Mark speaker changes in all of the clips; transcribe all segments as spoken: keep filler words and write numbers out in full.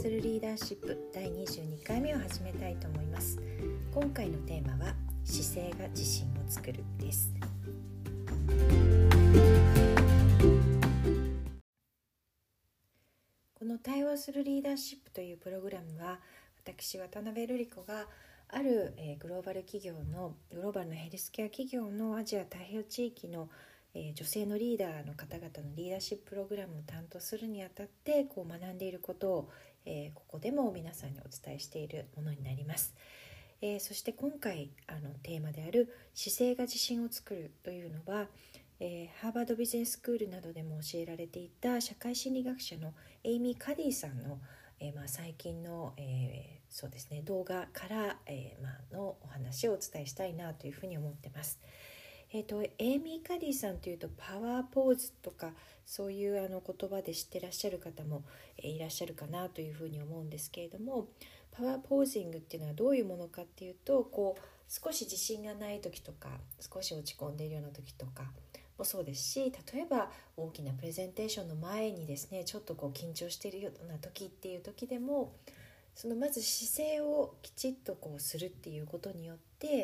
Speaker 1: するリーダーシップだいにじゅうにかいめを始めたいと思います。今回のテーマは姿勢が自信を作るです。この対話するリーダーシップというプログラムは、私渡辺瑠璃子がある、えー、グローバル企業のグローバルのヘルスケア企業のアジア太平洋地域の、えー、女性のリーダーの方々のリーダーシッププログラムを担当するにあたってこう学んでいることを、えー、ここでも皆さんにお伝えしているものになります。えー、そして今回あのテーマである姿勢が自信を作るというのは、えー、ハーバードビジネススクールなどでも教えられていた社会心理学者のエイミー・カディさんの、えーまあ、最近の、えー、そうですね、動画から、えーまあのお話をお伝えしたいなというふうに思ってます。えーと、エイミー・カディさんというとパワーポーズとかそういうあの言葉で知ってらっしゃる方も、えー、いらっしゃるかなというふうに思うんですけれども、パワーポージングっていうのはどういうものかっていうと、こう少し自信がない時とか少し落ち込んでいるような時とかもそうですし、例えば大きなプレゼンテーションの前にですね、ちょっとこう緊張しているような時っていう時でも、そのまず姿勢をきちっとこうするっていうことによって、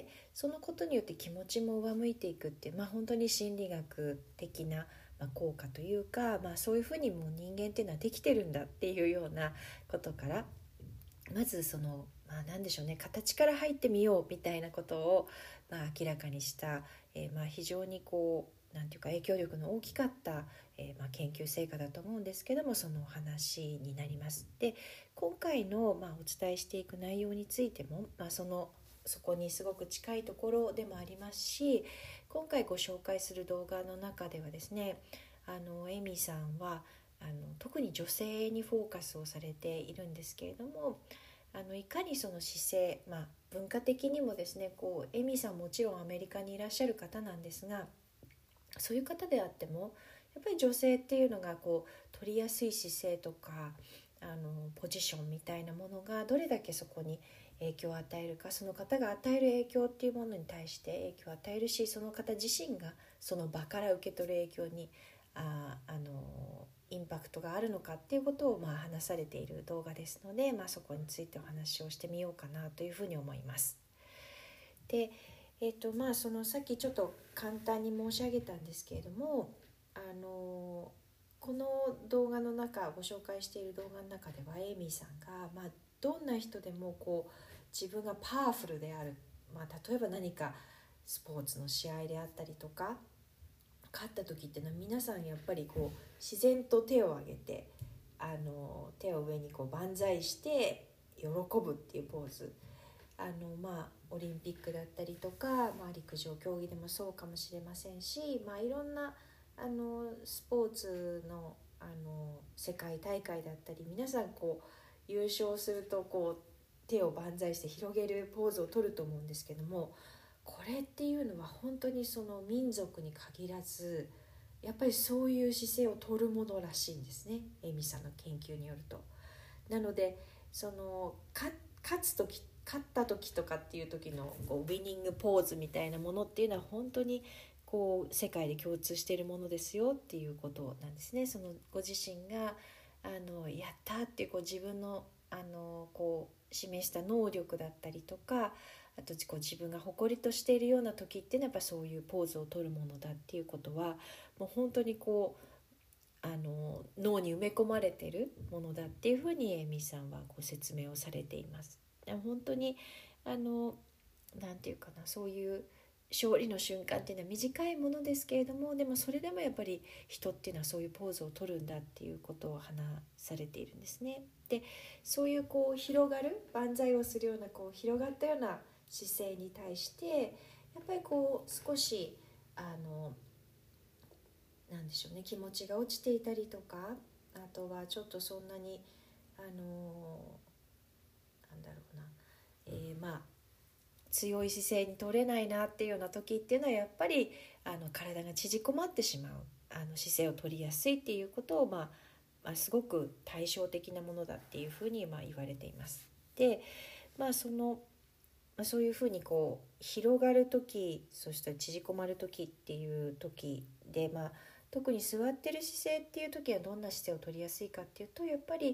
Speaker 1: そのことによって気持ちも上向いていくっていう、まあ、本当に心理学的な効果というか、まあ、そういうふうにもう人間っていうのはできてるんだっていうようなことから、まずその、まあ、何でしょうね、形から入ってみようみたいなことを、まあ、明らかにした、えー、まあ非常にこうなんていうか影響力の大きかった、えー、まあ研究成果だと思うんですけども、そのお話になります。で、今回の、まあ、お伝えしていく内容についても、まあ、そのそこにすごく近いところでもありますし、今回ご紹介する動画の中ではですね、あのエミさんはあの特に女性にフォーカスをされているんですけれども、あのいかにその姿勢、まあ、文化的にもですね、こうエミさんもちろんアメリカにいらっしゃる方なんですが、そういう方であってもやっぱり女性っていうのがこう取りやすい姿勢とかあのポジションみたいなものがどれだけそこに影響を与えるか、その方が与える影響っていうものに対して影響を与えるし、その方自身がその場から受け取る影響にああのインパクトがあるのかっていうことを、まあ、話されている動画ですので、まあ、そこについてお話をしてみようかなというふうに思います。で、えーとまあ、そのさっきちょっと簡単に申し上げたんですけれども、あのこの動画の中、ご紹介している動画の中ではエイミーさんが、まあ、どんな人でもこう自分がパワフルである、まあ、例えば何かスポーツの試合であったりとか勝った時っていうのは、皆さんやっぱりこう自然と手を挙げて、あの手を上にこう万歳して喜ぶっていうポーズ、あのまあオリンピックだったりとか、まあ、陸上競技でもそうかもしれませんし、まあ、いろんなあのスポーツの、あの世界大会だったり、皆さんこう優勝するとこう手を万歳して広げるポーズを取ると思うんですけども、これっていうのは本当にその民族に限らず、やっぱりそういう姿勢を取るものらしいんですね、エミさんの研究によると。なのでその勝つ時勝った時とかっていう時のこうウィニングポーズみたいなものっていうのは本当にこう世界で共通しているものですよっていうことなんですね。そのご自身があのやったっていうこう自分のあのこう示した能力だったりとか、あとこう自分が誇りとしているような時っていうのはやっぱそういうポーズを取るものだっていうことは、もう本当にこうあの脳に埋め込まれているものだっていうふうにエミさんはご説明をされています。本当にあのなんていうかな、そういう勝利の瞬間っていうのは短いものですけれども、でもそれでもやっぱり人っていうのはそういうポーズを取るんだっていうことを話されているんですね。で、そういうこう広がる万歳をするようなこう広がったような姿勢に対してやっぱりこう少しあのなんでしょうね、気持ちが落ちていたりとか、あとはちょっとそんなにあのなんだろうな、えー、まあ強い姿勢に取れないなっていうような時っていうのはやっぱりあの体が縮こまってしまう、あの姿勢を取りやすいっていうことを、まあ、まあすごく対照的なものだっていうふうにまあ言われています。で、まあそのまあ、そういうふうにこう広がる時、そして縮こまる時っていう時で、まあ、特に座ってる姿勢っていう時はどんな姿勢を取りやすいかっていうと、やっぱり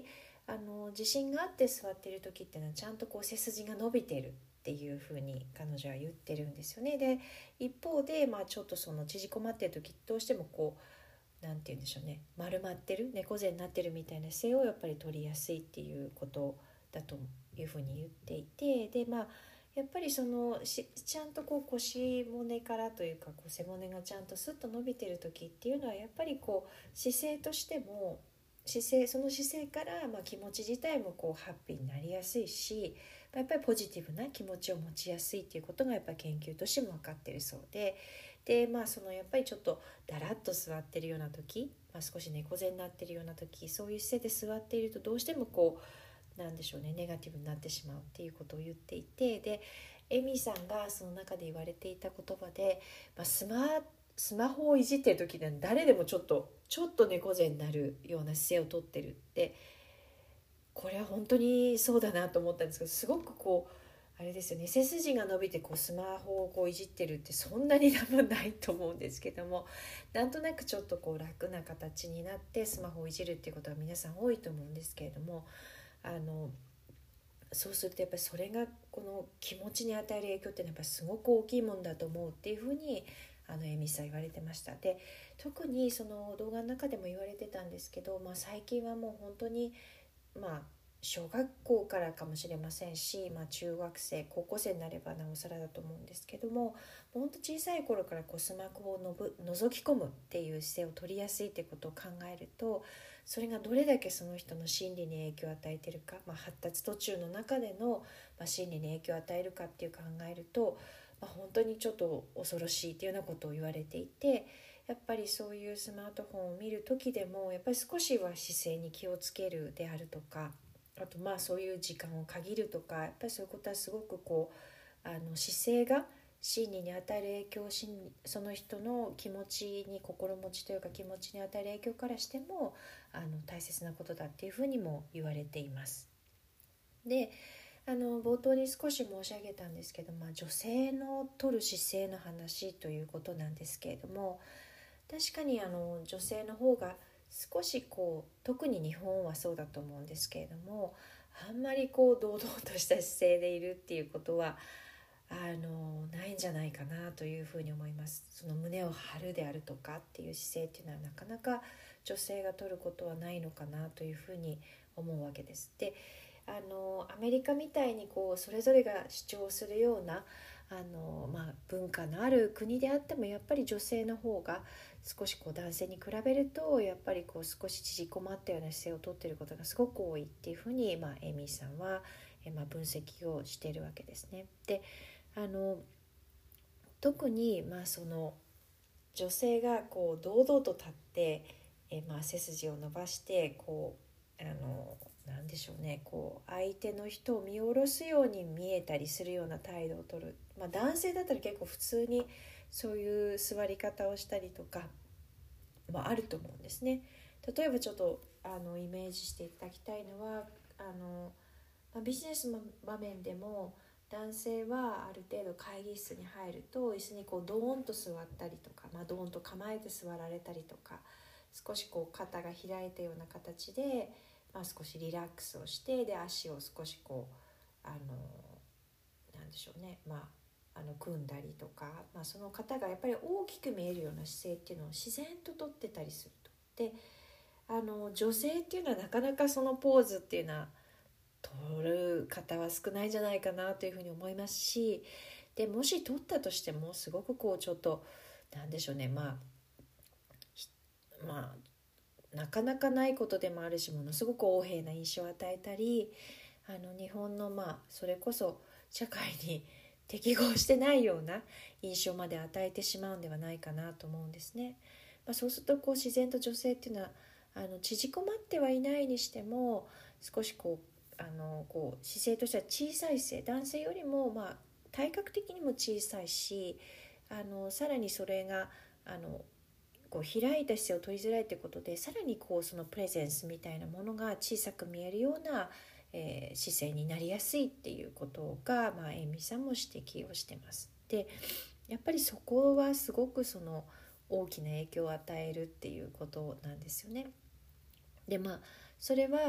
Speaker 1: あの自信があって座っている時っていうのはちゃんとこう背筋が伸びてるっていう風に彼女は言ってるんですよね。で一方で、まあ、ちょっとその縮こまってる時どうしてもこうなんて言うんでしょうね、丸まってる猫背になってるみたいな姿勢をやっぱり取りやすいっていうことだというふうに言っていて、でまあやっぱりそのしちゃんとこう腰骨からというかこう背骨がちゃんとスッと伸びてる時っていうのはやっぱりこう姿勢としても姿勢その姿勢からまあ気持ち自体もこうハッピーになりやすいし、やっぱりポジティブな気持ちを持ちやすいっていうことがやっぱり研究としても分かってるそうで、でまあそのやっぱりちょっとだらっと座ってるような時、まあ、少し猫背になってるような時、そういう姿勢で座っているとどうしてもこうなんでしょうね、ネガティブになってしまうっていうことを言っていて、でエミさんがその中で言われていた言葉で、まあ、スマスマホをいじってる時で誰でもちょっとちょっと猫背になるような姿勢をとってるって、これは本当にそうだなと思ったんですけど、すごくこうあれですよね、背筋が伸びてこうスマホをこういじってるってそんなに多分ないと思うんですけども、なんとなくちょっとこう楽な形になってスマホをいじるっていうことは皆さん多いと思うんですけれども、あのそうするとやっぱりそれがこの気持ちに与える影響っていうのはやっぱりすごく大きいもんだと思うっていうふうにあのエミさん言われてました。で特にその動画の中でも言われてたんですけど、まあ、最近はもう本当にまあ小学校からかもしれませんし、まあ、中学生高校生になればなおさらだと思うんですけども、本当小さい頃からこうスマホをのぶ覗き込むっていう姿勢を取りやすいってことを考えると、それがどれだけその人の心理に影響を与えているか、まあ、発達途中の中での、まあ、心理に影響を与えるかっていう考えると、まあ、本当にちょっと恐ろしいっていうようなことを言われていて、やっぱりそういうスマートフォンを見る時でもやっぱり少しは姿勢に気をつけるであるとか、あとまあそういう時間を限るとか、やっぱりそういうことはすごくこうあの姿勢が心理に与える影響をその人の気持ちに心持ちというか気持ちに与える影響からしてもあの大切なことだっていうふうにも言われています。であの冒頭に少し申し上げたんですけど、まあ、女性の取る姿勢の話ということなんですけれども、確かにあの女性の方が少しこう特に日本はそうだと思うんですけれども、あんまりこう堂々とした姿勢でいるっていうことはあのないんじゃないかなというふうに思います。その胸を張るであるとかっていう姿勢っていうのはなかなか女性が取ることはないのかなというふうに思うわけです。であのアメリカみたいにこうそれぞれが主張するようなあの、まあ、文化のある国であってもやっぱり女性の方が少しこう男性に比べるとやっぱりこう少し縮こまったような姿勢をとっていることがすごく多いっていうふうに、まあ、エイミーさんは、えまあ、分析をしているわけですね。であの特にまあその女性がこう堂々と立って、えまあ、背筋を伸ばしてこうあのなんでしょうね、こう相手の人を見下ろすように見えたりするような態度を取る、まあ、男性だったら結構普通にそういう座り方をしたりとか、まあ、あると思うんですね。例えばちょっとあのイメージしていただきたいのはあの、まあ、ビジネスの場面でも男性はある程度会議室に入ると椅子にこうドーンと座ったりとか、まあ、ドーンと構えて座られたりとか、少しこう肩が開いたような形で、まあ、少しリラックスをして、で足を少しこうあのなんでしょうね、まあ、あの組んだりとか、まあ、その方がやっぱり大きく見えるような姿勢っていうのを自然ととってたりすると。であの女性っていうのはなかなかそのポーズっていうのは取る方は少ないんじゃないかなというふうに思いますし、でもし取ったとしてもすごくこうちょっとなんでしょうね、まあまあなかなかないことでもあるし、ものすごく横柄な印象を与えたり、あの日本のまあそれこそ社会に適合してないような印象まで与えてしまうんではないかなと思うんですね。まあ、そうするとこう自然と女性っていうのはあの縮こまってはいないにしても少しこうあのこう姿勢としては小さい姿勢、男性よりもまあ体格的にも小さいし、あのさらにそれがあのこう開いた姿勢を取りづらいということで、さらにこうそのプレゼンスみたいなものが小さく見えるような、えー、姿勢になりやすいっていうことが、まあ、エイミーさんも指摘をしてます。でやっぱりそこはすごくその大きな影響を与えるっていうことなんですよね。でまあそれは、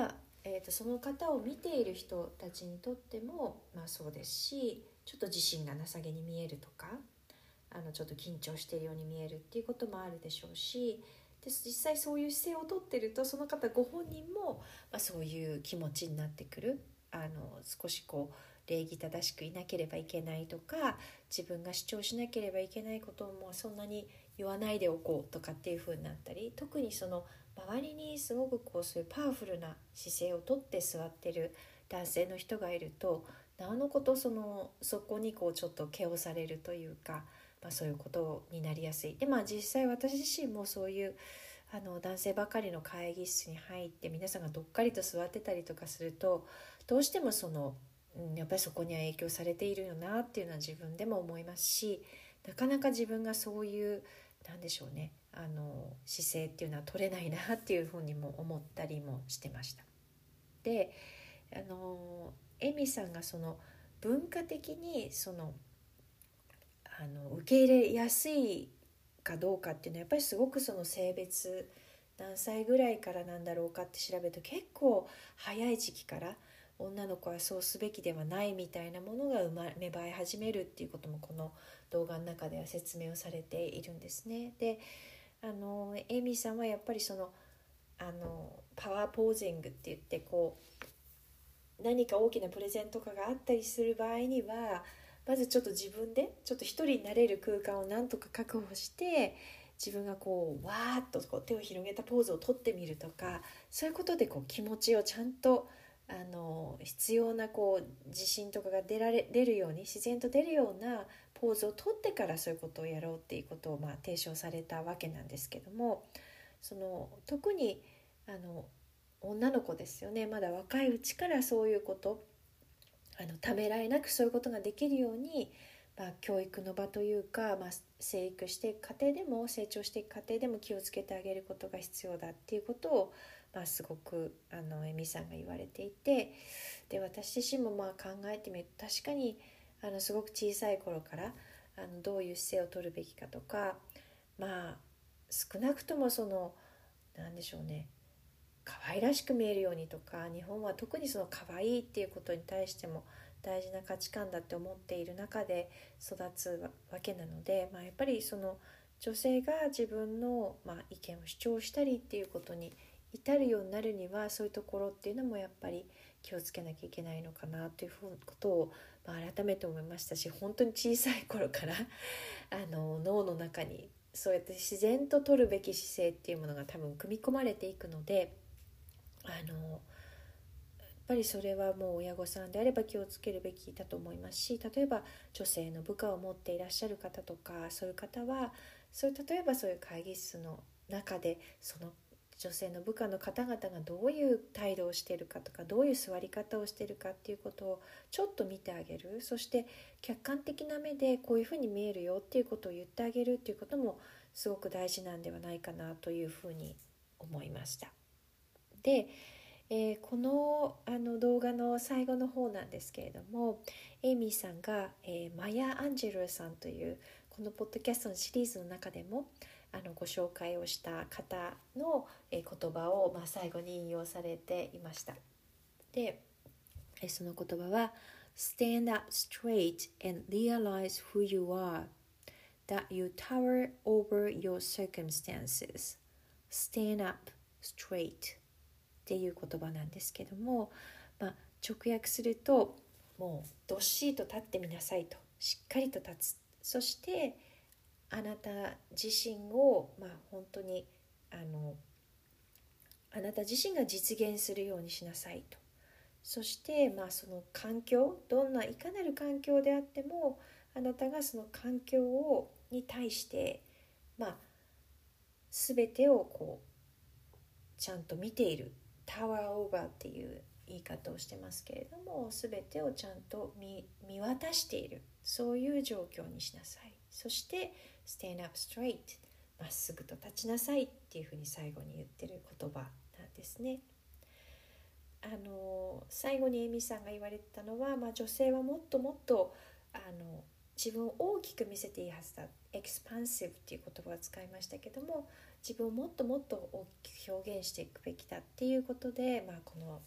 Speaker 1: えー、とその方を見ている人たちにとっても、まあ、そうですし、ちょっと自信がなさげに見えるとか、あのちょっと緊張しているように見えるっていうこともあるでしょうし、で実際そういう姿勢をとってると、その方ご本人も、まあ、そういう気持ちになってくる。あの少しこう礼儀正しくいなければいけないとか、自分が主張しなければいけないこともそんなに言わないでおこうとかっていう風になったり、特にその周りにすごくこうそういうパワフルな姿勢をとって座ってる男性の人がいると、なおのことそのそこにこうちょっと気をされるというか、まあ、そういうことになりやすい。でまあ実際私自身もそういうあの男性ばかりの会議室に入って皆さんがどっかりと座ってたりとかすると、どうしてもその、うん、やっぱりそこには影響されているよなっていうのは自分でも思いますし、なかなか自分がそういうなんでしょうね、あの姿勢っていうのは取れないなっていうふうにも思ったりもしてました。であのエミさんがその文化的にそのあの受け入れやすいかどうかっていうのはやっぱりすごくその性別何歳ぐらいからなんだろうかって調べると、結構早い時期から女の子はそうすべきではないみたいなものが芽生え始めるっていうこともこの動画の中では説明をされているんですね。であのエイミーさんはやっぱりそのあのパワーポージングって言って、こう何か大きなプレゼントとかがあったりする場合には、まずちょっと自分でちょっと一人になれる空間をなんとか確保して、自分がこうわーっとこう手を広げたポーズをとってみるとか、そういうことでこう気持ちをちゃんとあの必要なこう自信とかが出られ出るように、自然と出るようなポーズをとってからそういうことをやろうっていうことをまあ提唱されたわけなんですけども、その特にあの女の子ですよね、まだ若いうちからそういうこと、あのためらいなくそういうことができるように、まあ、教育の場というか、まあ、生育していく過程でも成長していく過程でも気をつけてあげることが必要だっていうことを、まあ、すごくあのエミさんが言われていて、で私自身もまあ考えてみると、確かにあのすごく小さい頃からあのどういう姿勢を取るべきかとか、まあ少なくともそのなんでしょうね、可愛らしく見えるようにとか、日本は特にその可愛いっていうことに対しても大事な価値観だって思っている中で育つわけなので、まあ、やっぱりその女性が自分の、まあ、意見を主張したりっていうことに至るようになるには、そういうところっていうのもやっぱり気をつけなきゃいけないのかなということを、まあ、改めて思いましたし、本当に小さい頃からあの脳の中にそうやって自然と取るべき姿勢っていうものが多分組み込まれていくので、あのやっぱりそれはもう親御さんであれば気をつけるべきだと思いますし、例えば女性の部下を持っていらっしゃる方とか、そういう方はそういう例えばそういう会議室の中でその女性の部下の方々がどういう態度をしているかとか、どういう座り方をしているかっていうことをちょっと見てあげる。そして客観的な目でこういうふうに見えるよっていうことを言ってあげるっていうこともすごく大事なんではないかなというふうに思いました。でえー、この、あの動画の最後の方なんですけれども、エイミーさんが、えー、マヤ・アンジェルさんというこのポッドキャストのシリーズの中でもあのご紹介をした方の、えー、言葉を、まあ、最後に引用されていました。で、えー、その言葉は Stand up straight and realize who you are, that you tower over your circumstances. Stand up straightっていう言葉なんですけども、まあ、直訳するともうどっしりと立ってみなさいと、しっかりと立つ、そしてあなた自身を、まあ、本当にあのあなた自身が実現するようにしなさいと。そして、まあ、その環境、どんないかなる環境であってもあなたがその環境をに対して、まあ、全てをこうちゃんと見ている、タワーオーバーっていう言い方をしてますけれども、全てをちゃんと 見, 見渡している、そういう状況にしなさい。そして Stand up straight、 まっすぐと立ちなさいっていうふうに最後に言ってる言葉なんですね。あの最後にエミさんが言われたのは、まあ、女性はもっともっとあの自分を大きく見せていいはずだ、エクスパンシブっていう言葉を使いましたけども、自分をもっともっと大きく表現していくべきだっていうことで、まあ、この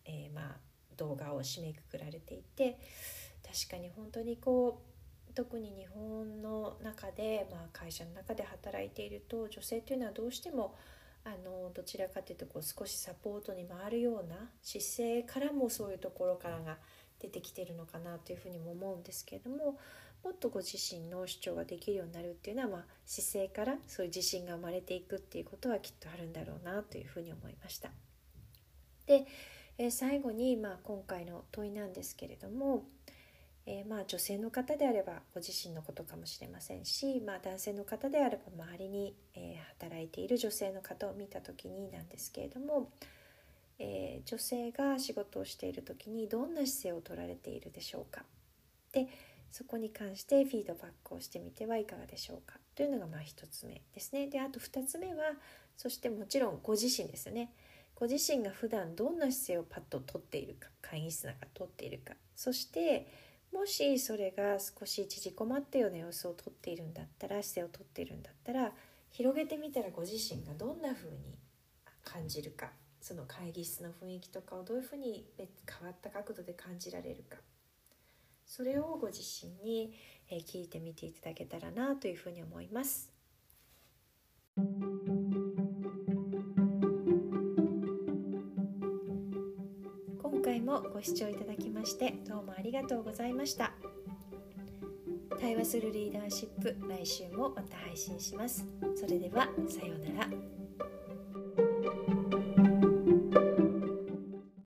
Speaker 1: えー、まあ動画を締めくくられていて、確かに本当にこう特に日本の中で、まあ、会社の中で働いていると女性というのはどうしてもあのどちらかというとこう少しサポートに回るような姿勢からもそういうところからが出てきているのかなというふうにも思うんですけれども、もっとご自身の主張ができるようになるっていうのは、まあ、姿勢からそういう自信が生まれていくっていうことはきっとあるんだろうなというふうに思いました。で、えー、最後に、まあ、今回の問いなんですけれども、えー、まあ女性の方であればご自身のことかもしれませんし、まあ、男性の方であれば周りに、えー、働いている女性の方を見た時になんですけれども、えー、女性が仕事をしている時にどんな姿勢を取られているでしょうか。でそこに関してフィードバックをしてみてはいかがでしょうかというのがまあ一つ目ですね。であと二つ目は、そしてもちろんご自身ですよね。ご自身が普段どんな姿勢をパッと取っているか、会議室の中で取っているか、そしてもしそれが少し縮こまったような様子をとっているんだったら、姿勢をとっているんだったら、広げてみたらご自身がどんな風に感じるか、その会議室の雰囲気とかをどういう風に変わった角度で感じられるか、それをご自身に聞いてみていただけたらなという風に思います。今回もご視聴いただきましてどうもありがとうございました。対話するリーダーシップ、来週もまた配信します。それではさようなら。